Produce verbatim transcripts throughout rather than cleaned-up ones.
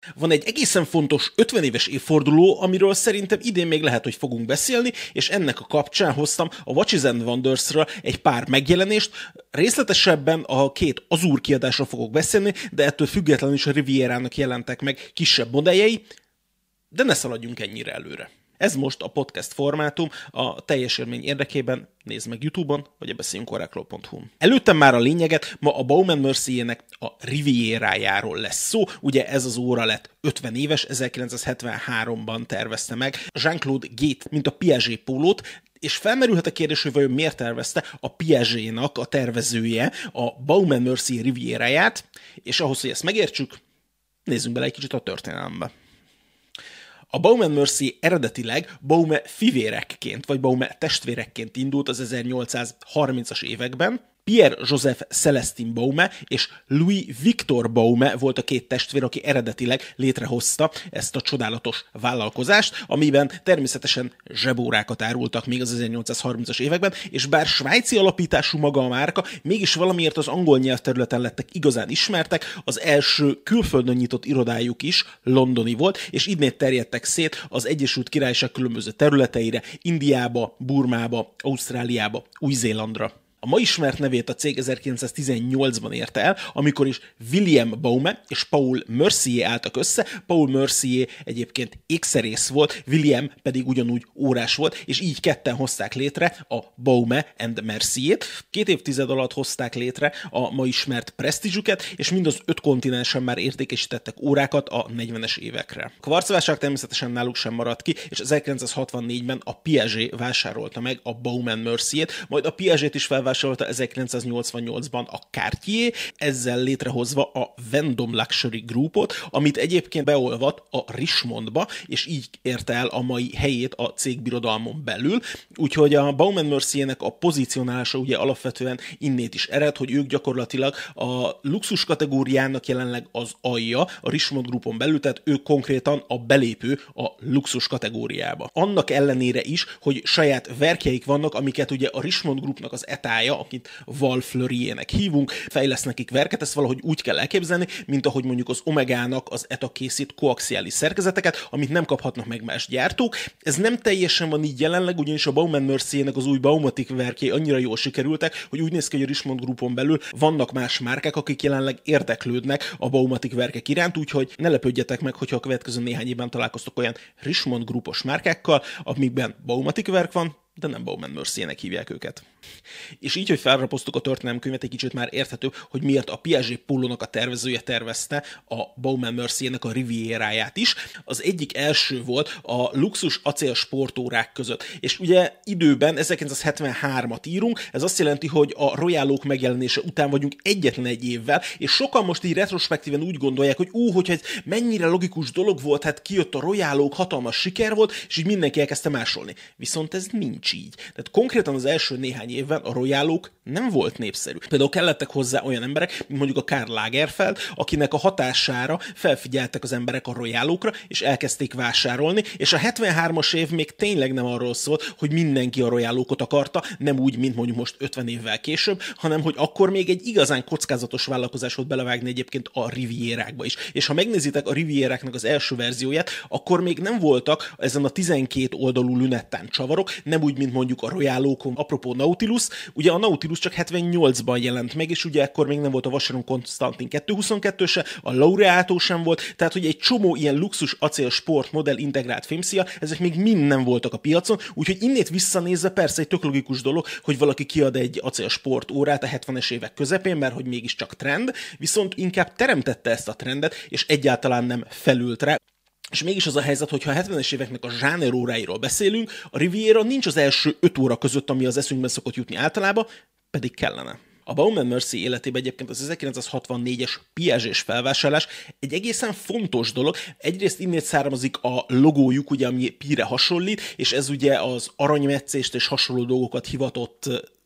Van egy egészen fontos ötven éves évforduló, amiről szerintem idén még lehet, hogy fogunk beszélni, és ennek a kapcsán hoztam a Watches and Wondersről egy pár megjelenést. Részletesebben a két Azur kiadásról fogok beszélni, de ettől függetlenül is a Rivierának jelentek meg kisebb modelljei, de ne szaladjunk ennyire előre. Ez most a podcast formátum, a teljes élmény érdekében nézd meg YouTube-on, vagy a beszéljünk oracle pont hu-n. Előttem már a lényeget, ma a Baume and Mercier-nek a Rivierájáról lesz szó. Ugye ez az óra lett ötven éves, ezerkilencszázhetvenháromban tervezte meg Jean-Claude Guet, mint a Piaget pólót, és felmerülhet a kérdés, hogy vajon miért tervezte a Piaget-nak a tervezője a Baume and Mercier Rivieráját, és ahhoz, hogy ezt megértsük, nézzünk bele egy kicsit a történelembe. A Baume and Mercier eredetileg Baume fivérekként, vagy Baume testvérekként indult az ezernyolcszázharmincas években. Pierre-Joseph Célestin Baume és Louis-Victor Baume volt a két testvér, aki eredetileg létrehozta ezt a csodálatos vállalkozást, amiben természetesen zsebórákat árultak még az ezernyolcszázharmincas években, és bár svájci alapítású maga a márka, mégis valamiért az angol nyelvterületen lettek igazán ismertek, az első külföldön nyitott irodájuk is londoni volt, és innét terjedtek szét az Egyesült Királyság különböző területeire, Indiába, Burmába, Ausztráliába, Új-Zélandra. A ma ismert nevét a cég ezerkilencszáztizennyolcban érte el, amikor is William Baume és Paul Mercier álltak össze. Paul Mercier egyébként ékszerész volt, William pedig ugyanúgy órás volt, és így ketten hozták létre a Baume and Mercier-t. Két évtized alatt hozták létre a ma ismert presztízsüket, és mind az öt kontinensen már értékesítettek órákat a negyvenes évekre. Kvarcválság természetesen náluk sem maradt ki, és ezerkilencszázhatvannégyben a Piaget vásárolta meg a Baume and Mercier-t, majd a Piaget is felvásárolta ezerkilencszáznyolcvannyolcban a Cartier, ezzel létrehozva a Vendôme Luxury Groupot, amit egyébként beolvadt a Richemondba, és így érte el a mai helyét a cégbirodalmon belül. Úgyhogy a Baume and Mercier-nek a pozícionálása ugye alapvetően innét is ered, hogy ők gyakorlatilag a luxus kategóriának jelenleg az alja a Richemond Groupon belül, tehát ők konkrétan a belépő a luxus kategóriába. Annak ellenére is, hogy saját verkjeik vannak, amiket ugye a Richemond Groupnak az etája, akit Val Fleurier-nek hívunk, fejlesz nekik verket, ezt valahogy úgy kell elképzelni, mint ahogy mondjuk az Omegának az e té á készít koaxiális szerkezeteket, amit nem kaphatnak meg más gyártók. Ez nem teljesen van így jelenleg, ugyanis a Baume and Mercier-nek az új Baumatic verkjei annyira jól sikerültek, hogy úgy néz ki, hogy a Richemond Groupon belül vannak más márkák, akik jelenleg érdeklődnek a Baumatic verkek iránt, úgyhogy ne lepődjetek meg, hogyha a következő néhány évben találkoztok olyan Richemond Groupos márkákkal, amikben Baumatic verk van, de nem Baume and Mercier-nek hívják őket. És így, hogy felrapoztuk a történelemkönyvet, egy kicsit már érthető, hogy miért a Piaget pólónak a tervezője tervezte a Baume and Mercier-nek a Rivieráját is. Az egyik első volt a luxus acél sportórák között. És ugye időben ezerkilencszázhetvenhármat írunk, ez azt jelenti, hogy a Royal megjelenése után vagyunk egyetlen egy évvel, és sokan most így retrospektíven úgy gondolják, hogy ú, hogy ez mennyire logikus dolog volt, hát kijött a Royal hatalmas siker volt, és így mindenki elkezdte másolni. Viszont ez nincs így. Tehát konkrétan az első néhány évben a Royal nem volt népszerű. Például kellettek hozzá olyan emberek, mint mondjuk a Karl Lagerfeld, akinek a hatására felfigyeltek az emberek a Royal-okra, és elkezdték vásárolni, és a hetvenhármas év még tényleg nem arról szólt, hogy mindenki a Royal-okot akarta, nem úgy, mint mondjuk most ötven évvel később, hanem hogy akkor még egy igazán kockázatos vállalkozás volt belevágni egyébként a Rivierákba is. És ha megnézitek a Rivieráknak az első verzióját, akkor még nem voltak ezen a tizenkét oldalú lünettán csavarok, nem úgy, mint mondjuk a Royal-okon, apropó Nautilus. Ugye a Nautilus csak hetvennyolcban jelent meg, és ugye ekkor még nem volt a Vacheron Constantin kétszázhuszonkettő se, a Laureato sem volt, tehát hogy egy csomó ilyen luxus acél sport modell integrált fémszia, ezek még mind nem voltak a piacon, úgyhogy innét visszanézve persze egy tök logikus dolog, hogy valaki kiad egy acél sport órát a hetvenes évek közepén, mert hogy mégiscsak trend, viszont inkább teremtette ezt a trendet, és egyáltalán nem felült rá. És mégis az a helyzet, hogy ha a hetvenes éveknek a zsáner óráiról beszélünk, a Riviera nincs az első öt óra között, ami az eszünkben szokott jutni általában, pedig kellene. A Baume and Mercier életében egyébként az ezerkilencszázhatvannégyes Piaget felvásárlás egy egészen fontos dolog. Egyrészt innét származik a logójuk, ugye, ami Pire hasonlít, és ez ugye az aranymetszést és hasonló dolgokat hivatott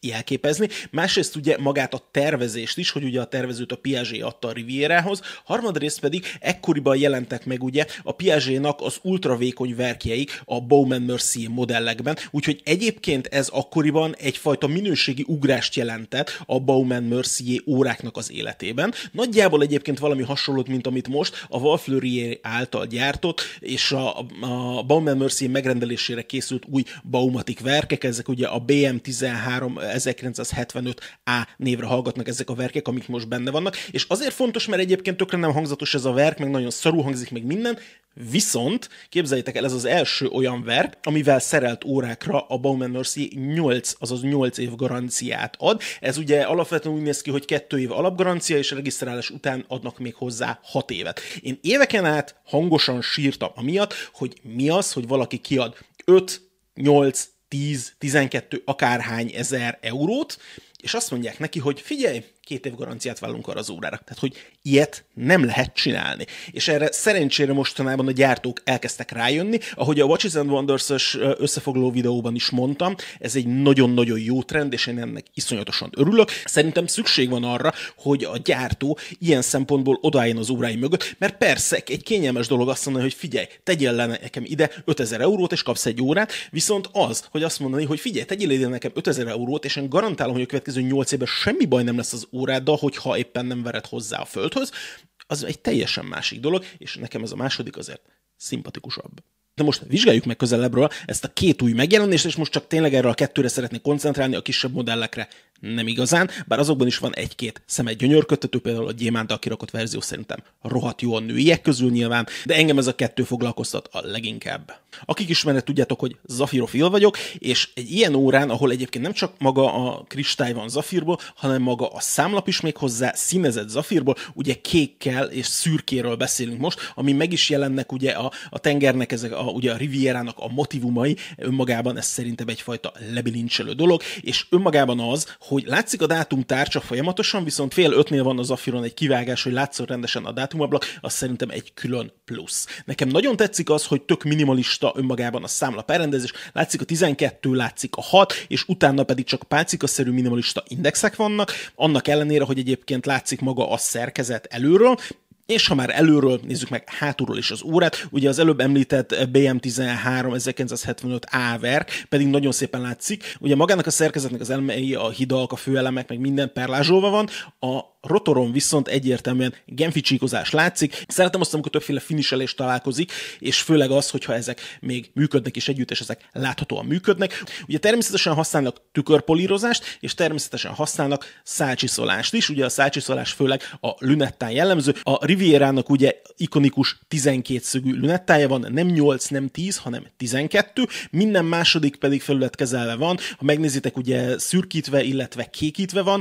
jelképezni, másrészt ugye magát a tervezést is, hogy ugye a tervezőt a Piaget adta a Rivierához, harmadrészt pedig ekkoriban jelentek meg ugye a Piagetnak az ultravékony verkjeik a Baume-Mercier modellekben, úgyhogy egyébként ez akkoriban egyfajta minőségi ugrást jelentett a Baume-Mercier óráknak az életében. Nagyjából egyébként valami hasonlót, mint amit most a Wolf-Lurie által gyártott, és a, a Baume-Mercier megrendelésére készült új Baumatic verkek, ezek ugye a bé em tizenhárom ezerkilencszázhetvenöt á névre hallgatnak ezek a verkek, amik most benne vannak, és azért fontos, mert egyébként tökre nem hangzatos ez a verk, meg nagyon szarul hangzik, meg minden, viszont képzeljétek el, ez az első olyan verk, amivel szerelt órákra a Baume-Mercier nyolc, azaz nyolc év garanciát ad. Ez ugye alapvetően úgy néz ki, hogy kettő év alapgarancia, és a regisztrálás után adnak még hozzá hat évet. Én éveken át hangosan sírtam amiatt, hogy mi az, hogy valaki kiad öt, nyolc, tíz, tizenkettő, akárhány ezer eurót, és azt mondják neki, hogy figyelj, két év garanciát vállalunk arra az órára. Tehát, hogy ilyet nem lehet csinálni. És erre szerencsére mostanában a gyártók elkezdtek rájönni. Ahogy a Watches and Wonders-ös összefoglaló videóban is mondtam, ez egy nagyon-nagyon jó trend, és én ennek iszonyatosan örülök. Szerintem szükség van arra, hogy a gyártó ilyen szempontból odaálljon az órái mögött, mert persze egy kényelmes dolog azt mondani, hogy figyelj, tegyél le nekem ide ötezer eurót, és kapsz egy órát, viszont az, hogy azt mondani, hogy figyelj, tegyél ide nekem ötezer eurót, és én garantálom, hogy a következő nyolc évben semmi baj nem lesz az óráddal, hogyha éppen nem vered hozzá a földhöz, az egy teljesen másik dolog, és nekem ez a második azért szimpatikusabb. De most vizsgáljuk meg közelebbről ezt a két új megjelenést, és most csak tényleg erre a kettőre szeretnék koncentrálni, a kisebb modellekre nem igazán, bár azokban is van egy-két szemet gyönyörködtető, például a gyémántal kirakott verzió szerintem rohadt jó a nőiek közül nyilván, de engem ez a kettő foglalkoztat a leginkább. Akik ismernek, tudjátok, hogy zafirofil vagyok, és egy ilyen órán, ahol egyébként nem csak maga a kristály van zafírból, hanem maga a számlap is még hozzá színezett zafírból, ugye kékkel és szürkéről beszélünk most, ami meg is jelennek ugye a, a tengernek, ezek a, ugye a Rivierának a motivumai, önmagában ez szerintem egyfajta lebilincselő dolog, és önmagában az, hogy látszik a dátumtárcsa folyamatosan, viszont fél ötnél van a zafiron egy kivágás, hogy látszol rendesen a dátumablak, az szerintem egy külön plusz. Nekem nagyon tetszik az, hogy tök minimalista önmagában a számlap elrendezés, látszik a tizenkettő, látszik a hat, és utána pedig csak pálcikaszerű minimalista indexek vannak, annak ellenére, hogy egyébként látszik maga a szerkezet előről. És ha már előről nézzük meg hátulról is az órát, ugye az előbb említett bé em tizenhárom ezerkilencszázhetvenöt á verk pedig nagyon szépen látszik. Ugye magának a szerkezetnek az elemei, a hidalk, a főelemek, meg minden perlázsolva van, a rotoron viszont egyértelműen genfi csíkozás látszik. Szeretem azt, amikor többféle finiselés találkozik, és főleg az, hogyha ezek még működnek is együtt, és ezek láthatóan működnek. Ugye természetesen használnak tükörpolírozást, és természetesen használnak szálcsiszolást is. Ugye a szálcsiszolás főleg a lünettán jellemző. A Rivierának ugye ikonikus tizenkét szögű lünettája van, nem nyolc, nem tíz, hanem tizenkettő. Minden második pedig felület kezelve van. Ha megnézitek, ugye szürkítve, illetve kékítve van.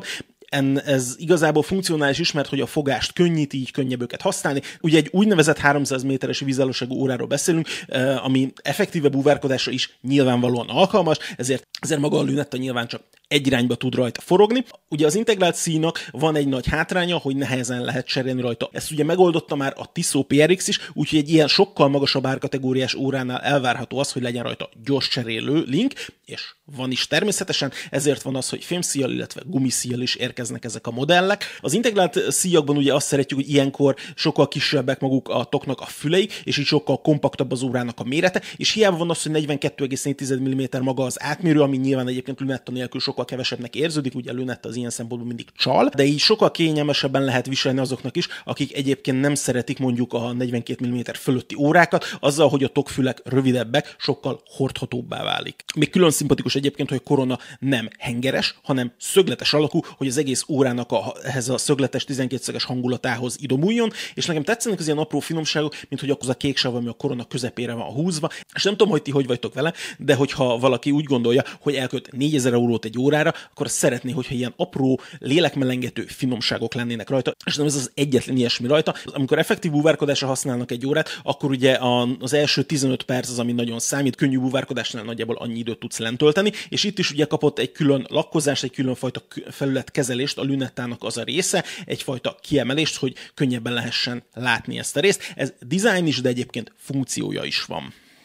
Ez igazából funkcionális is, mert hogy a fogást könnyíti, így könnyebb őket használni. Ugye egy úgynevezett háromszáz méteres vízállóságú óráról beszélünk, ami effektíve búvárkodásra is nyilvánvalóan alkalmas, ezért, ezért maga a lünetta nyilván csak egy irányba tud rajta forogni. Ugye az integrált színak van egy nagy hátránya, hogy nehezen lehet cserélni rajta. Ezt ugye megoldotta már a Tissot pé er iksz is, úgyhogy egy ilyen sokkal magasabb árkategóriás óránál elvárható az, hogy legyen rajta gyors cserélő link, és van is természetesen, ezért van az, hogy fémszíjjal, illetve gumiszíjjal is érkeznek ezek a modellek. Az integrált szíjakban ugye azt szeretjük, hogy ilyenkor sokkal kisebbek maguk a toknak a füleik, és így sokkal kompaktabb az órának a mérete, és hiába van az, hogy negyvenkettő egész négy milliméter maga az átmérő, ami nyilván egyébként lünetta nélkül sokkal kevesebbnek érződik, ugye a lünetta az ilyen szempontból mindig csal, de így sokkal kényelmesebben lehet viselni azoknak is, akik egyébként nem szeretik mondjuk a negyvenkét milliméter fölötti órákat, azzal, hogy a tokfülek rövidebbek, sokkal hordhatóbbá válik. Még külön szimpatikus egyébként, hogy Corona nem hengeres, hanem szögletes alakú, hogy az egész órának a, ehhez a szögletes tizenkétszöges hangulatához idomuljon, és nekem tetszenek az ilyen apró finomságok, mint hogy az a kék sav, ami a Corona közepére van húzva, és nem tudom, hogy ti hogy vagytok vele, de hogyha valaki úgy gondolja, hogy elköt négyezer eurót egy órára, akkor azt szeretné, hogyha ilyen apró, lélekmelengető finomságok lennének rajta, és nem ez az egyetlen ilyesmi rajta. Amikor effektív búvárkodásra használnak egy órát, akkor ugye az első tizenöt perc az, ami nagyon számít, könnyű búvárkodásnál nagyjából annyi időt tudsz lentölteni, és itt is ugye kapott egy külön lakkozást, egy külön fajta felületkezelést, a lünettának az a része, egyfajta kiemelést, hogy könnyebben lehessen látni ezt a részt. Ez design is, de egyébként funkciója is van.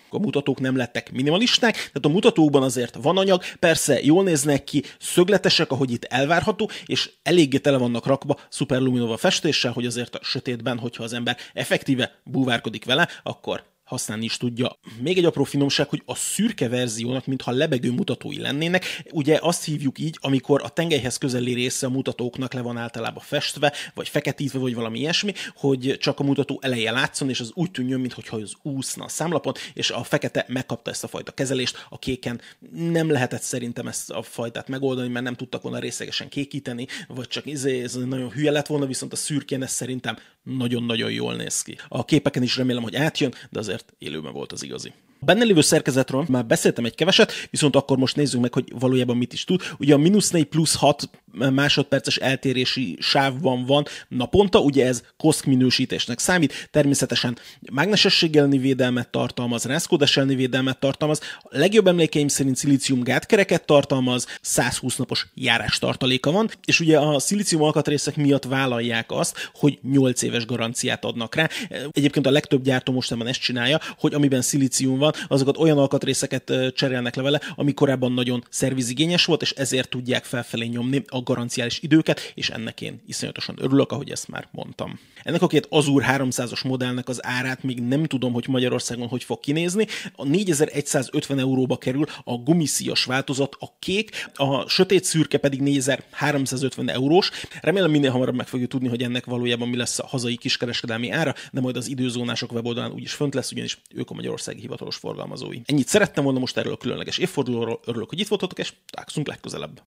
A mutatók nem lettek minimalisták, tehát a mutatókban azért van anyag, persze jól néznek ki, szögletesek, ahogy itt elvárható, és eléggé tele vannak rakva szuperluminova festéssel, hogy azért a sötétben, hogyha az ember effektíve búvárkodik vele, akkor használni is tudja. Még egy apró finomság, hogy a szürke verziónak, mintha lebegő mutatói lennének. Ugye azt hívjuk így, amikor a tengelyhez közeli része a mutatóknak le van általában festve, vagy feketítve, vagy valami ilyesmi, hogy csak a mutató eleje látszon, és az úgy tűnjön, mintha az úszna a számlapon, és a fekete megkapta ezt a fajta kezelést, a kéken nem lehetett szerintem ezt a fajtát megoldani, mert nem tudtak volna részlegesen kékíteni, vagy csak izé, ez nagyon hülye lett volna, viszont a szürkén ez szerintem nagyon-nagyon jól néz ki. A képeken is remélem, hogy átjön, de azért élőben volt az igazi. A benne lévő szerkezetről már beszéltem egy keveset, viszont akkor most nézzük meg, hogy valójában mit is tud. Ugye a mínusz négy plusz hat másodperces eltérési sávban van naponta, ugye ez koszk minősítésnek számít, természetesen mágnesesség elleni védelmet tartalmaz, rázkódás elleni védelmet tartalmaz, a legjobb emlékeim szerint szilícium gátkereket tartalmaz, száz húsz napos járás tartaléka van, és ugye a szilícium alkatrészek miatt vállalják azt, hogy nyolc éves garanciát adnak rá. Egyébként a legtöbb gyártó mostában ezt csinálja, hogy amiben szilícium van, azokat olyan alkatrészeket cserélnek le vele, ami korábban nagyon szervizigényes volt, és ezért tudják felfelé nyomni a garanciális időket, és ennek én iszonyatosan örülök, ahogy ezt már mondtam. Ennek a két Azur háromszázas modellnek az árát még nem tudom, hogy Magyarországon hogy fog kinézni. A négyezer-egyszázötven euróba kerül a gumiszíjas változat, a kék, a sötét szürke pedig négyezer-háromszázötven eurós. Remélem minél hamarabb meg fogjuk tudni, hogy ennek valójában mi lesz a hazai kiskereskedelmi ára, de majd az időzónások weboldalán úgyis fönt lesz, ugyanis ők a magyarországi hivatalos forgalmazói. Ennyit szerettem volna most erről a különleges évfordulóról, örülök, hogy itt voltatok, és találkozunk legközelebb.